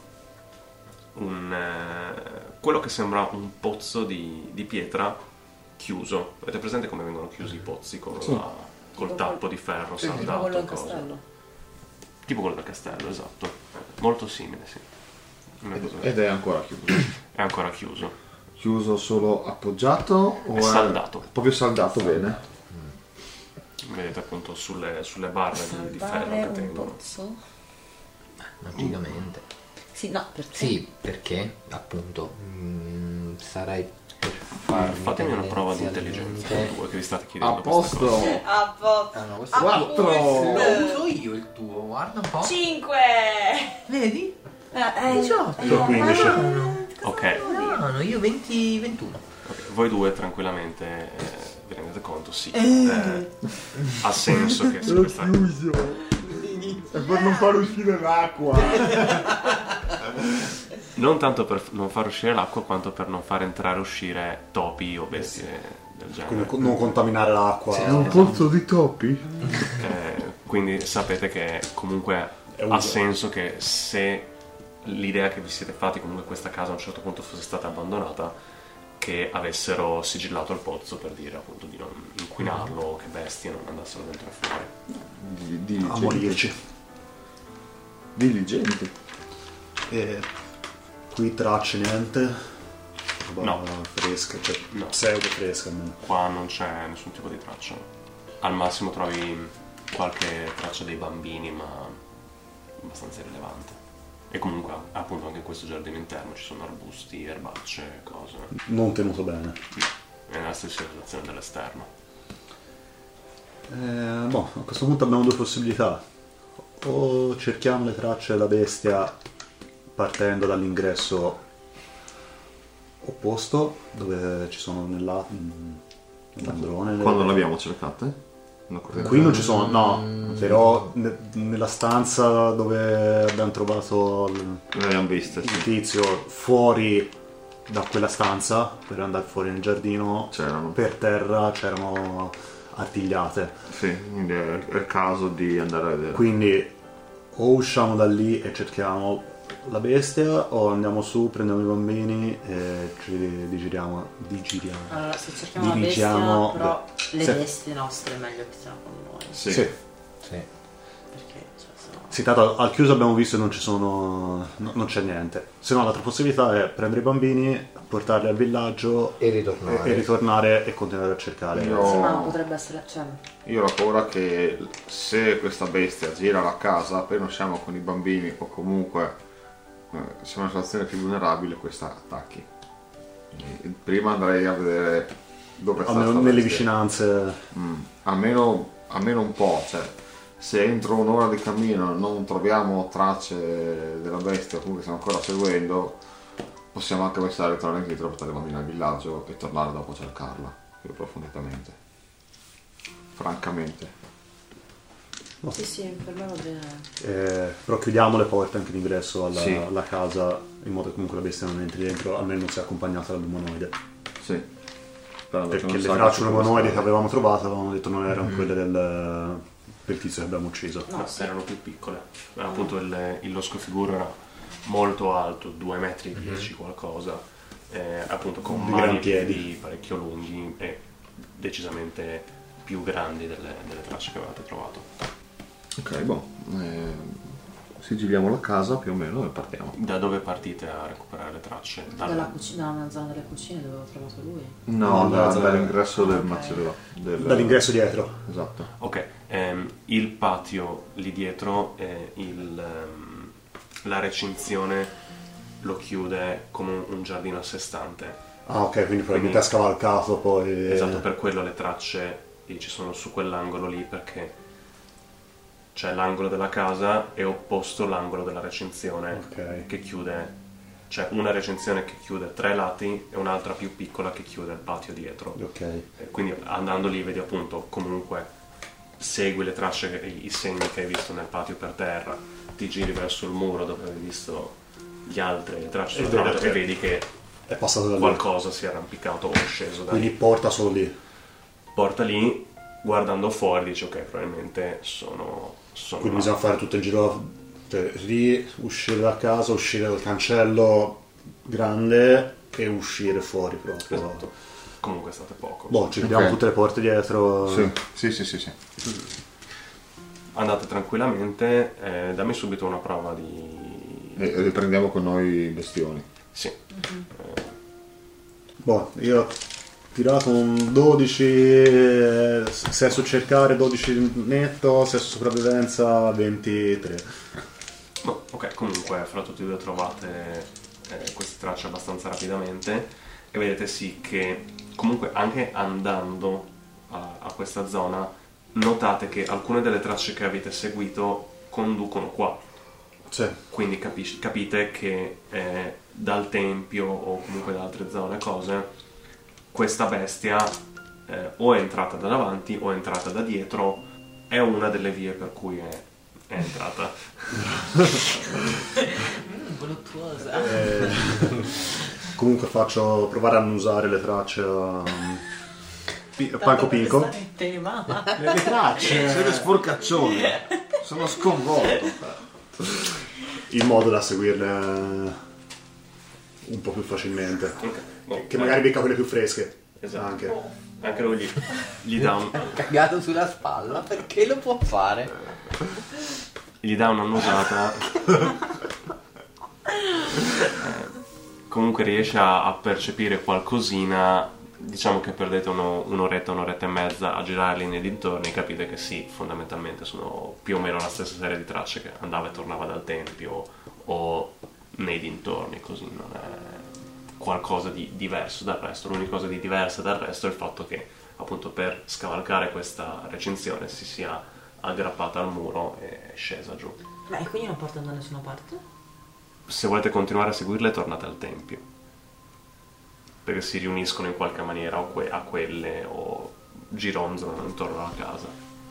quello che sembra un pozzo di pietra chiuso. Avete presente come vengono chiusi i pozzi col tappo di ferro Tipo quello saldato? del castello. Tipo quello del castello, esatto. Molto simile, sì. Ed è ancora chiuso. È ancora chiuso. Chiuso solo appoggiato o È saldato. Proprio saldato, bene. Vedete appunto sulle barre di ferro Salvare che un tengono. pozzo? Magicamente. Sì, no, perché? Sì, perché appunto sarei per farmi Fatemi una prova di tendenzialmente- intelligenza, voi che vi state chiedendo A questa cosa. posto. A posto. Ah, no, questo è Quattro. Lo uso io il tuo, guarda un po'. 5. Vedi? 18. 15. Ok, No, io 21. ok, voi due tranquillamente vi rendete conto, sì. Ha senso che se questa... È per non far uscire l'acqua. Non tanto per non far uscire l'acqua quanto per non far entrare e uscire topi o bestie del genere. Quindi non contaminare l'acqua. È un pozzo di topi? Quindi sapete che comunque È ha utile. senso che se l'idea che vi siete fatti comunque questa casa a un certo punto fosse stata abbandonata, che avessero sigillato il pozzo per dire appunto di non inquinarlo, che bestie non andassero dentro e fuori. A morirci. Diligenti. E qui tracce niente. Roba No. fresca, cioè No. pseudo fresca almeno. Qua non c'è nessun tipo di traccia. Al massimo trovi qualche traccia dei bambini, ma abbastanza irrilevante. E comunque appunto anche in questo giardino interno ci sono arbusti, erbacce, cose. Non tenuto bene. È nella stessa situazione dell'esterno. A questo punto abbiamo due possibilità. O cerchiamo le tracce della bestia partendo dall'ingresso opposto, dove ci sono nell'androne. Quando l'abbiamo cercate? Qui non ci sono, no, però nella stanza dove abbiamo trovato Le abbiamo viste, il sì. tizio fuori da quella stanza, per andare fuori nel giardino, C'erano. per terra c'erano artigliate. Sì, quindi è il caso di andare a vedere. Quindi o usciamo da lì e cerchiamo la bestia, o andiamo su, prendiamo i bambini e ci digiriamo. Allora, se cerchiamo la Dirigiamo- bestia, però le Sì. bestie nostre è meglio che siano con noi. Sì. Sì. Sì. Perché, cioè, sennò... Sì, tanto al chiuso abbiamo visto e non ci sono. Non c'è niente. Se no, l'altra possibilità è prendere i bambini, portarli al villaggio E ritornare. e ritornare e continuare a cercare. Io- Sì, ma potrebbe essere... Cioè, Io ho la paura che se questa bestia gira la casa, appena siamo con i bambini o comunque siamo in una situazione più vulnerabile, questa attacchi. Quindi prima andrei a vedere dove sta Almeno sta nelle bestia. vicinanze. Almeno un po', cioè se entro un'ora di cammino non troviamo tracce della bestia o comunque stiamo ancora seguendo, possiamo anche pensare a ritornare indietro, portare i bambini al villaggio e tornare dopo a cercarla più approfonditamente. Francamente. sì, sì, per me va bene. Però chiudiamo le porte anche d'ingresso Sì. alla casa, in modo che comunque la bestia non entri dentro, almeno non sia accompagnata dall'umanoide. Sì. sperando che Perché non le salga tracce su umanoidi quella che avevamo trovato avevano detto non erano quelle del tizio che abbiamo ucciso. No, erano più piccole. Appunto il losco figuro era molto alto, 2 metri e 10 qualcosa, appunto con Di mani gran e piedi. piedi parecchio lunghi e decisamente più grandi delle tracce che avevate trovato. Ok, boh. Sigilliamo la casa più o meno e partiamo. Da dove partite a recuperare le tracce? Dalla zona delle cucine dove ho trovato lui. No, No, dall'ingresso del ok. macello. Dall'ingresso dietro. Esatto. Ok, il patio lì dietro, la recinzione lo chiude come un giardino a sé stante. Ah, ok, quindi probabilmente ha scavalcato poi. Esatto, per quello le tracce ci sono su quell'angolo lì, perché c'è l'angolo della casa e opposto l'angolo della recinzione Ok. che chiude, c'è una recinzione che chiude 3 lati e un'altra più piccola che chiude il patio dietro. Ok. Quindi andando lì vedi appunto, comunque segui le tracce, i segni che hai visto nel patio per terra, ti giri verso il muro dove avevi visto gli altri, le tracce E sul lato, vedi- e vedi che È passato da lì. qualcosa si è arrampicato o sceso da Quindi lì. porta solo lì. Porta lì, guardando fuori dici ok, probabilmente sono Quindi là. bisogna fare tutto il giro, cioè uscire da casa, uscire dal cancello grande e uscire fuori proprio. Esatto. Comunque state poco. Boh, ci chiudiamo Ok. tutte le porte dietro. Sì. Andate tranquillamente, dammi subito una prova di... E riprendiamo con noi i bestioni. Sì. Boh, io ho tirato un 12, sesso cercare 12 netto, sesso sopravvivenza 23. No, ok, comunque fra tutti e due trovate queste tracce abbastanza rapidamente e vedete sì che comunque anche andando a questa zona notate che alcune delle tracce che avete seguito conducono qua. Sì. Quindi capite che dal tempio o comunque da altre zone, cose, questa bestia o è entrata da davanti o è entrata da dietro, è una delle vie per cui è entrata. Voluttuosa. Comunque faccio provare a non usare le tracce a Panco Pinco. In tema. Le tracce! Siete sporcaccioni! Sono sconvolto! In modo da seguirle un po' più facilmente. Boh, Che magari becca quelle più fresche. Esatto. Anche. Anche lui gli dà Cagato sulla spalla, perché lo può fare? un'annusata. Comunque riesce a percepire qualcosina. Diciamo che perdete un'oretta e mezza a girarli nei dintorni, capite che sì, fondamentalmente sono più o meno la stessa serie di tracce che andava e tornava dal tempio o nei dintorni, così non è qualcosa di diverso dal resto. L'unica cosa di diversa dal resto è il fatto che appunto per scavalcare questa recinzione si sia aggrappata al muro e è scesa giù. Ma e quindi non portano da nessuna parte? Se volete continuare a seguirle tornate al tempio, perché si riuniscono in qualche maniera o a quelle o gironzolano intorno alla casa.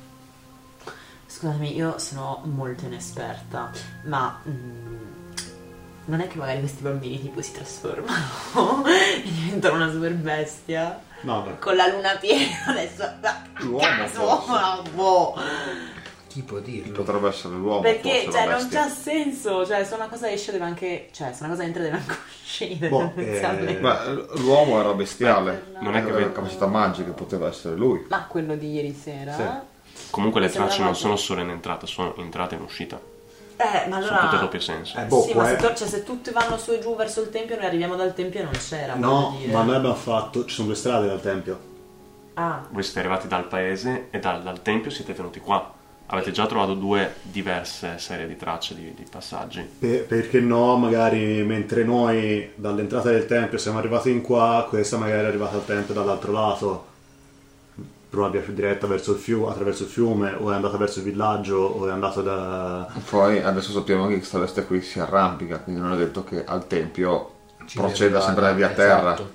Scusami, io sono molto inesperta, ma non è che magari questi bambini tipo si trasformano e diventano una super bestia? No, beh. Con la luna piena adesso. L'uomo Cazzo, forse. boh. Chi può dirlo? Potrebbe essere l'uomo. Perché forse, cioè, la non bestia. c'ha senso, cioè se una cosa esce deve anche, cioè se una cosa entra deve anche uscire. Boh, tendenzialmente. Beh, l'uomo era bestiale. Non è che aveva capacità magiche, poteva essere lui. Ma quello di ieri sera? Sì. Comunque le Mi tracce sembrava non sono solo in entrata, sono entrata e in uscita. Ma allora... Sono tutte a doppio senso. Boh, sì, può ma essere- se tutti vanno su e giù verso il tempio, noi arriviamo dal tempio e non c'era. No, voglio dire. ma noi abbiamo fatto. Ci sono due strade dal tempio. Ah, Voi siete arrivati dal paese e dal tempio siete venuti qua. Avete già trovato 2 diverse serie di tracce di passaggi. Perché no, magari mentre noi dall'entrata del tempio siamo arrivati in qua, questa magari è arrivata al tempio dall'altro lato. Per una via più diretta verso il fiume, attraverso il fiume, o è andata verso il villaggio, o è andata da. Poi adesso sappiamo che questa bestia qui si arrampica, quindi non è detto che al tempio Ci proceda deve sempre via andare, terra esatto.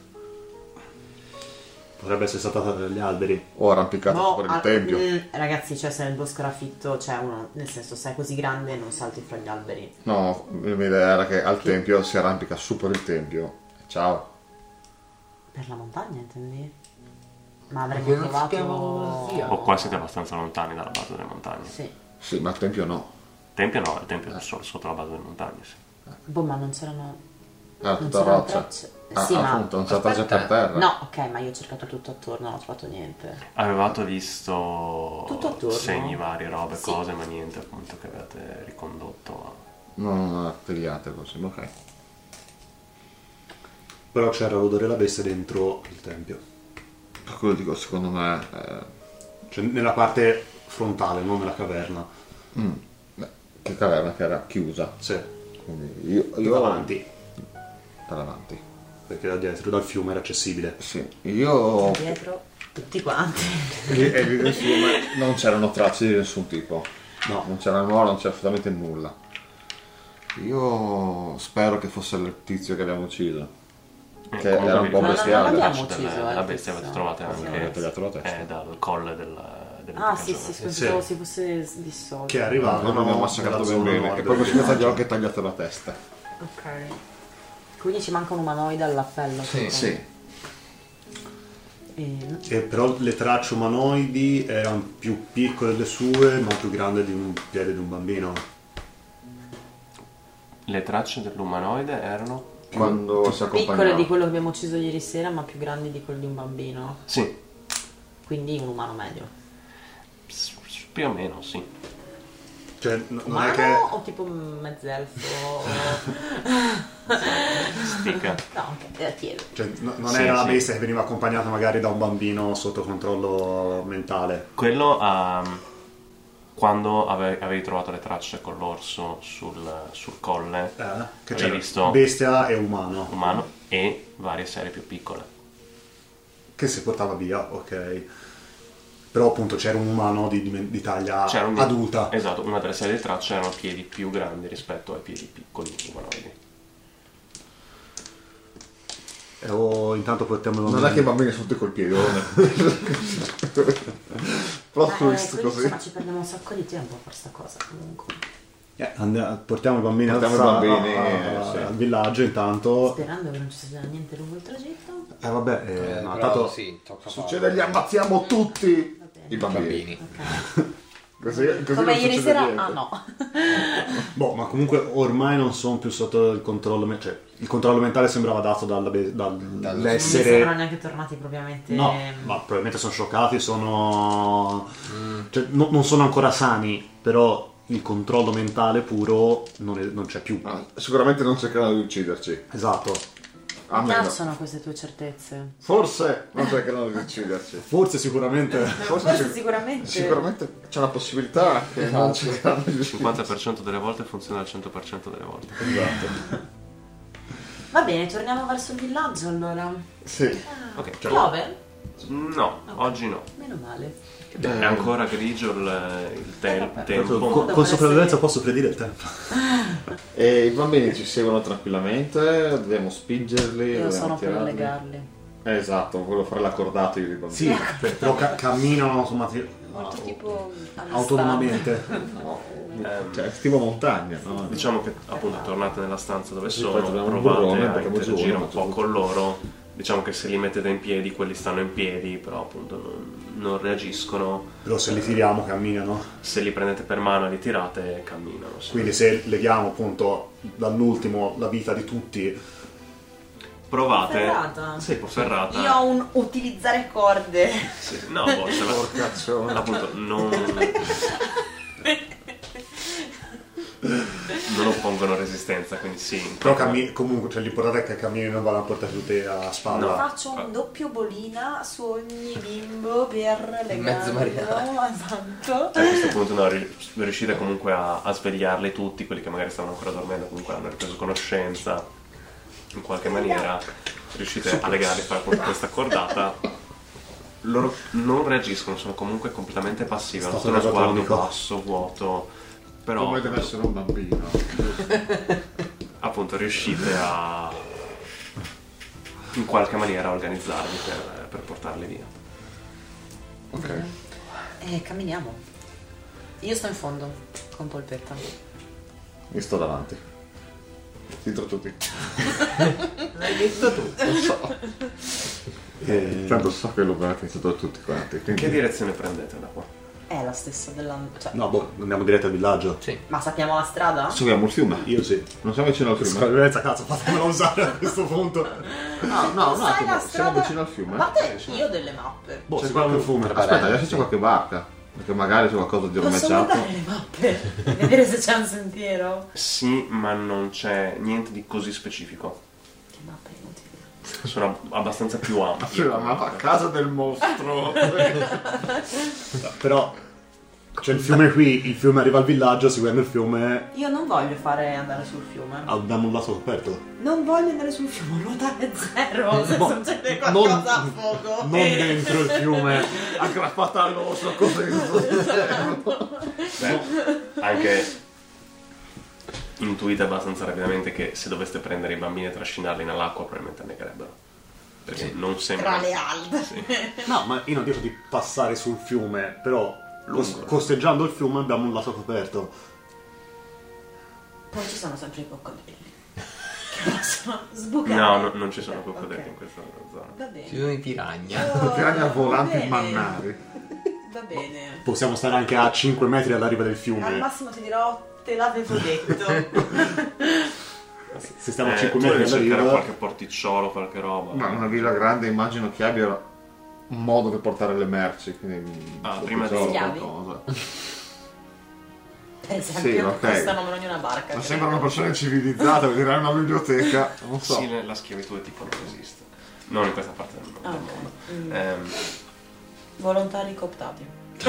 Potrebbe essere saltata dagli alberi. o arrampicata sopra il tempio. ragazzi, cioè se nel bosco era fitto, cioè uno, nel senso se è così grande non salti fra gli alberi. No, la mia idea era che al tempio si arrampica su per il tempio. Ciao. Per la montagna, intendi? Ma avremmo Perché non si chiama trovato... Zia? O qua siete abbastanza lontani dalla base delle montagne. Sì. Sì, ma al tempio no. Tempio no, il tempio è solo sotto la base delle montagne, sì. Boh, ma non c'erano... Ah, non tutta c'erano roccia. tracce. Ah, Sì, ma... appunto, non c'è traccia Aspetta. per terra. No, ok, ma io ho cercato tutto attorno, non ho trovato niente. Avevate visto Tutto attorno? segni vari, robe, Sì. cose, ma niente appunto che avete ricondotto a... Non tagliate così, ok. Però c'era l'odore della bestia dentro il tempio. Per quello dico, secondo me... Cioè nella parte frontale, non nella caverna. beh, che caverna che era chiusa. Sì. Quindi io Davanti. Da davanti. Perché da dietro, dal fiume era accessibile. Sì, io... Dietro, tutti quanti. E lì nel fiume non c'erano tracce di nessun tipo. No. Non c'era nuovo, non c'era assolutamente nulla. Io spero che fosse il tizio che abbiamo ucciso. Che comunque era un po' vi ricordate bestiale. le l'abbiamo tracce ucciso, della il bestia tizio. avete trovate Sì. anche tagliato la testa. dal colle del Ah, sì, sì, Picasso. pensavo Sì. si fosse dissolto. Che arrivavano Noi abbiamo massacrato dalla ben zona bene. nord E poi del così mi villaggio. che tagliato la testa. Ok. Quindi ci manca un umanoide all'appello. Sì. tipo. Sì. E però le tracce umanoidi erano più piccole delle sue, ma più grandi di un piede di un bambino. Le tracce dell'umanoide erano... Quando si Piccole accompagnava. di quello che abbiamo ucciso ieri sera, ma più grandi di quello di un bambino. Sì, Quindi un umano medio. più o meno, sì. Cioè, non Umano è che... o tipo mezzelfo? Stica. No, ok, chiedo. Cioè, non Sì, era la sì. bestia che veniva accompagnata magari da un bambino sotto controllo mentale. Quello quando avevi trovato le tracce con l'orso sul colle, Che avevi c'era visto bestia e umano. umano e varie serie più piccole. Che si portava via, ok. Però appunto c'era un umano di taglia C'era un- adulta. Esatto, una delle serie di tracce erano piedi più grandi rispetto ai piedi piccoli umanoidi. Intanto portiamo il Non è che i bambini sono tutti col piedone. Plot twist Quindi, così. insomma, ci prendiamo un sacco di tempo a fare sta cosa comunque. portiamo i bambini, Portiamo i bambini, sì. al villaggio intanto. Sperando che non ci sia niente lungo il tragitto. Vabbè, no, Però tanto sì, tocca Succede, li ammazziamo tutti. Va bene. I bambini. bambini. Ok. Così Come non ieri succede sera? niente. Ah no. boh, ma comunque ormai non sono più sotto il controllo cioè il controllo mentale sembrava dato Non mi dall'essere sembrano neanche tornati propriamente. no, ma probabilmente sono scioccati, cioè, non sono ancora sani, però il controllo mentale puro non c'è più. Ah, sicuramente non cercheranno di ucciderci. Esatto. A Mi meno. piacciono queste tue certezze. Forse non cercheranno di ucciderci. Forse sicuramente Forse sicuramente. Sicuramente c'è una possibilità che non cercheranno di Il ucciderci. 50% delle volte funziona al 100% delle volte. Esatto. Va bene, torniamo verso il villaggio allora. Sì. Ok. Piove? No, oggi no. Meno male. È ancora grigio il tempo. con sopravvivenza posso predire il tempo. E i bambini ci seguono tranquillamente, dobbiamo spingerli, Io dobbiamo sono per tirarli. legarli. Esatto, volevo fare l'accordato io di bambini. Sì, però camminano insomma Molto tipo autonomamente. No, cioè, tipo montagna, no? Diciamo che appunto tornate nella stanza dove Sì, sono, poi troviamo un provate burrone, a portiamo giù, interagire un lo po' facciamo con loro. Diciamo che se li mettete in piedi, quelli stanno in piedi, però appunto non reagiscono. Però se li tiriamo camminano. Se li prendete per mano e li tirate, camminano. Sì. Quindi se leghiamo appunto dall'ultimo la vita di tutti, Provate. Ferrata. Sì, un po' ferrata. Io ho un utilizzare corde. Sì. No, boh, se la... Porcaccione. appunto non oppongono resistenza, quindi sì. però comunque cioè, l'importante è che cammini non vanno a portare tutti a spalla. No. Faccio un doppio bolina su ogni bimbo per Mezzo legarlo. Esatto. A questo punto no, riuscite comunque a svegliarli tutti, quelli che magari stavano ancora dormendo, comunque hanno ripreso conoscenza in qualche maniera, riuscite a legarli, fare appunto questa cordata. Loro non reagiscono, sono comunque completamente passivi, hanno Stato uno sguardo catatonico. basso, vuoto, però Come deve essere un bambino. appunto riuscite a in qualche maniera a organizzarvi per portarli via. Ok. Camminiamo. Io sto in fondo con polpetta. Io sto davanti. Dentro tutti. L'hai detto tu. Lo so. Tanto so che lo beneficiato da tutti quanti. Quindi... Che direzione prendete da qua? È la stessa della... Cioè, No, andiamo diretti al villaggio. Sì. ma sappiamo la strada? Seguiamo il fiume. Io sì. Non siamo vicino al fiume? Sicurezza, cazzo, fatemelo usare a questo punto. No, un Sai attimo, la siamo strada? vicino al fiume? A parte io ho delle mappe. Boh, C'è sicuramente qualche... il fume. Aspetta, adesso c'è qualche barca. Perché magari c'è qualcosa di Posso ormeggiato. guardare le mappe? Vedere se c'è un sentiero? Sì, ma non c'è niente di così specifico. Che mappe inutili. Sono abbastanza più ampie. C'è la mappa a casa del mostro. Però c'è il fiume qui, il fiume arriva al villaggio, seguendo il fiume Io non voglio andare sul fiume. abbiamo un lato aperto. Non voglio andare sul fiume, nuotare zero. Se succede qualcosa a fuoco. Non dentro il fiume. Aggrappata all'osso così. Beh, anche intuite abbastanza rapidamente che se doveste prendere i bambini e trascinarli nell'acqua probabilmente annegherebbero. Perché non sembra... Tra le albe. Sì. No, ma io non dico di passare sul fiume, però Lungo. costeggiando il fiume abbiamo un lato coperto. Poi ci sono sempre i coccodrilli. Che possono sbucare. No, non ci sono coccodrilli Ok. in questa zona. Va bene. Ci sono i piragna. Oh, Piranha volanti va bene. mannari. Va bene. Possiamo stare anche a 5 metri alla riva del Al fiume. massimo ti dirò, te l'avevo detto. Se stiamo a 5 Tu metri devi alla cercare riva, qualche porticciolo, qualche roba. Ma una villa grande immagino che abbia un modo per portare le merci. Quindi Prima di- Schiavi? qualcosa. Per esempio, Sì, ok. costano meno di una barca. Ma credo. sembra una persona civilissata, vuol dire una biblioteca. Non so. Sì, la schiavitù è tipo non esiste. Non in questa parte del Ah, mondo. ok. Volontari cooptati.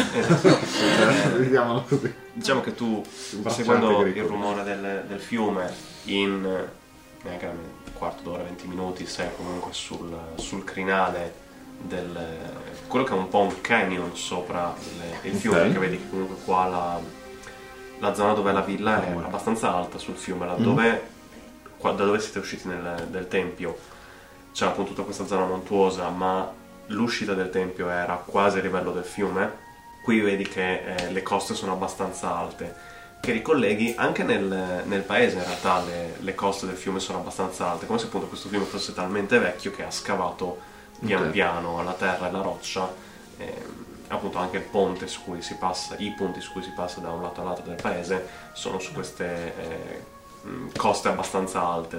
Vediamolo così. Diciamo che tu, bracciante seguendo il agricolo. rumore del fiume, in neanche un quarto d'ora, 20 minuti, sei comunque sul crinale quello che è un po' un canyon sopra il fiume, Ok. perché vedi che comunque qua la zona dove è la villa è abbastanza alta sul fiume, laddove da dove siete usciti del tempio c'è appunto tutta questa zona montuosa, ma l'uscita del tempio era quasi a livello del fiume. Qui vedi che le coste sono abbastanza alte, che ricolleghi anche nel paese. In realtà le coste del fiume sono abbastanza alte, come se appunto questo fiume fosse talmente vecchio che ha scavato pian Ok. piano la terra e la roccia, appunto anche il ponte su cui si passa, i punti su cui si passa da un lato all'altro del paese sono su queste coste abbastanza alte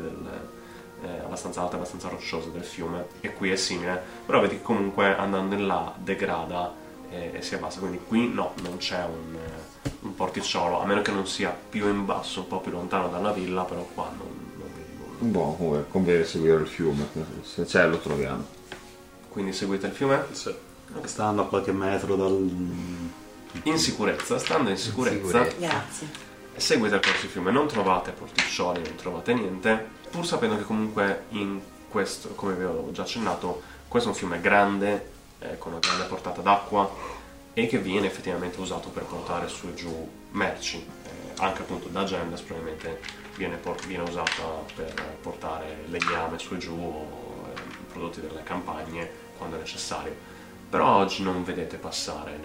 abbastanza rocciose del fiume, e qui è simile, però vedi che comunque andando in là degrada e si abbassa, quindi qui no, non c'è un porticciolo, a meno che non sia più in basso, un po' più lontano dalla villa, però qua non vedi nulla. Boh, comunque conviene seguire il fiume, se c'è lo troviamo. Quindi seguite il fiume stando a qualche metro dal... in sicurezza, stando in sicurezza. Grazie. Seguite il corso di fiume, non trovate porticcioli, non trovate niente, pur sapendo che comunque in questo, come vi ho già accennato, questo è un fiume grande, con una grande portata d'acqua, e che viene effettivamente usato per portare su e giù merci, anche appunto da Gemdes probabilmente viene usata per portare legname su e giù o prodotti delle campagne quando è necessario. Però oggi non vedete passare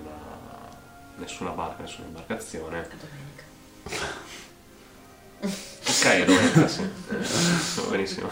nessuna barca, nessuna imbarcazione. È domenica. Ok, è domenica, sì. Va benissimo.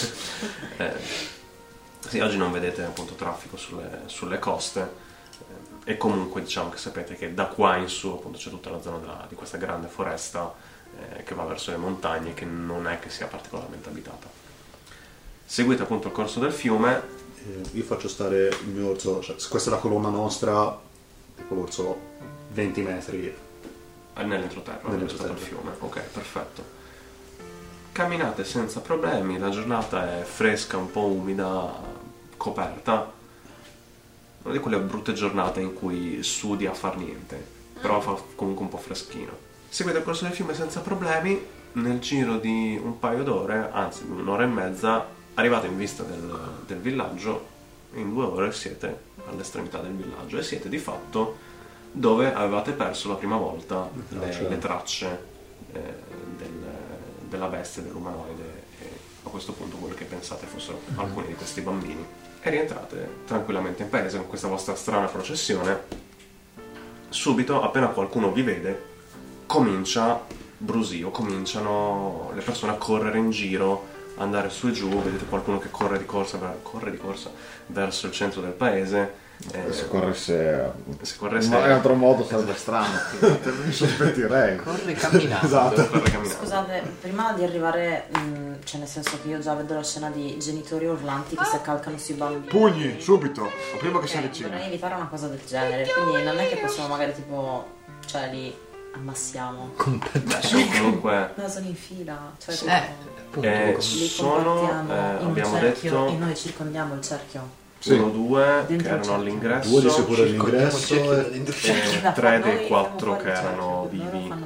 Sì, oggi non vedete appunto traffico sulle coste, e comunque diciamo che sapete che da qua in su appunto c'è tutta la zona di questa grande foresta che va verso le montagne, che non è che sia particolarmente abitata. Seguite appunto il corso del fiume. Io faccio stare il mio orso, cioè, questa è la colonna nostra, tipo l'orso 20 metri. Nell'entroterra, Nell'entroterra. del fiume. Ok, perfetto. Camminate senza problemi, la giornata è fresca, un po' umida, coperta. Una di quelle brutte giornate in cui sudi a far niente, però fa comunque un po' freschino. Seguite il corso del fiume senza problemi, nel giro di un paio d'ore, anzi un'ora e mezza, arrivate in vista del villaggio. In 2 ore siete all'estremità del villaggio e siete di fatto dove avevate perso la prima volta le tracce della bestia, dell'umanoide, e a questo punto quello che pensate fossero alcuni di questi bambini. E rientrate tranquillamente in paese con questa vostra strana processione. Subito, appena qualcuno vi vede, comincia brusio, cominciano le persone a correre in giro andare su e giù, vedete qualcuno che corre di corsa verso il centro del paese. Se corresse ma in altro modo sarebbe strano. Mi sospettirei. Corre camminando. Esatto. corre camminando. Scusate, prima di arrivare, cioè nel senso che io già vedo la scena di genitori urlanti che si accalcano sui bambini. Pugni, subito, prima che si avvicina. Vorrei evitare una cosa del genere, quindi non è che possiamo magari tipo, cioè li ammassiamo. Beh, sono comunque No, sono in fila, cioè Appunto, li sono combattiamo in un abbiamo cerchio detto e noi circondiamo il cerchio. Sì. 1 o 2 che Dentro erano il all'ingresso, 2 di sicuro all'ingresso e 3 dei 4 che erano Loro vivi fanno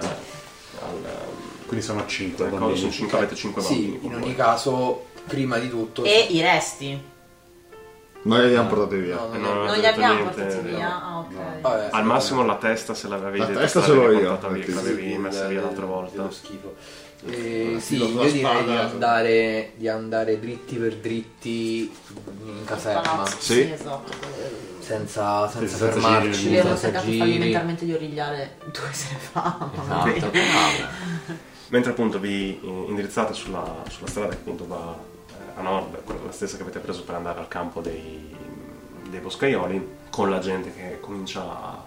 quindi sono 5 sono 5, avete 5 bambini. Sì, in ogni caso, prima di tutto... E i resti? Noi li abbiamo portati via. No, Non li abbiamo portati via? Ah, ok. Vabbè, Al massimo la testa, se l'avevi La detto, testa se ce l'ho l'avevi io, portata via, che l'avevi messa via l'altra volta. dello schifo. Sì, Sì, la io tua direi spada. di andare dritti per dritti in caserma, Sì. Esatto. senza Senza fermarci, giri. Io avevo senza cercato giri. fallimentarmente di origliare 2 sere fa. Esatto, bravo. Mentre appunto vi indirizzate sulla strada che appunto va a nord, quella la stessa che avete preso per andare al campo dei boscaioli, con la gente che comincia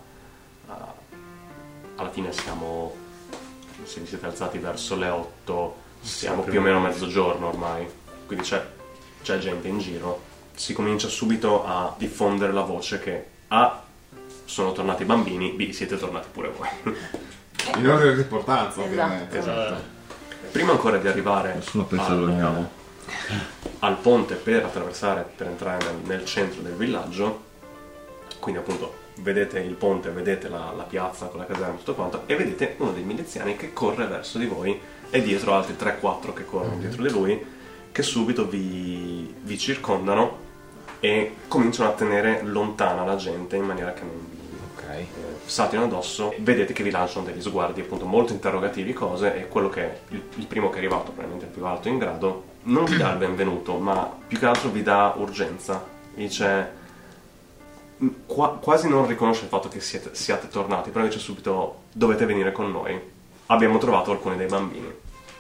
alla fine siamo, se vi siete alzati verso le 8, siamo più o meno a mezzogiorno ormai, quindi c'è gente in giro, si comincia subito a diffondere la voce che A, sono tornati i bambini, B, siete tornati pure voi. In ordine di importanza, ovviamente. Esatto. Prima ancora di arrivare Nessuno pensa che dormiamo. al ponte per attraversare, per entrare nel centro del villaggio, quindi appunto vedete il ponte, vedete la piazza con la caserma e tutto quanto, e vedete uno dei miliziani che corre verso di voi e dietro altri 3-4 che corrono dietro di lui, che subito vi circondano e cominciano a tenere lontana la gente in maniera che non vi saltino addosso. Vedete che vi lanciano degli sguardi appunto molto interrogativi, cose, e quello che è il primo che è arrivato, probabilmente il più alto in grado, non vi dà il benvenuto, ma più che altro vi dà urgenza. Dice, quasi non riconosce il fatto che siate tornati, però dice subito: dovete venire con noi, abbiamo trovato alcuni dei bambini.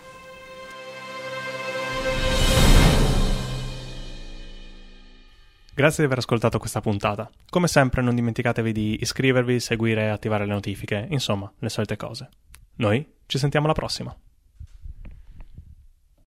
Grazie di aver ascoltato questa puntata. Come sempre non dimenticatevi di iscrivervi, seguire e attivare le notifiche, insomma, le solite cose. Noi ci sentiamo alla prossima.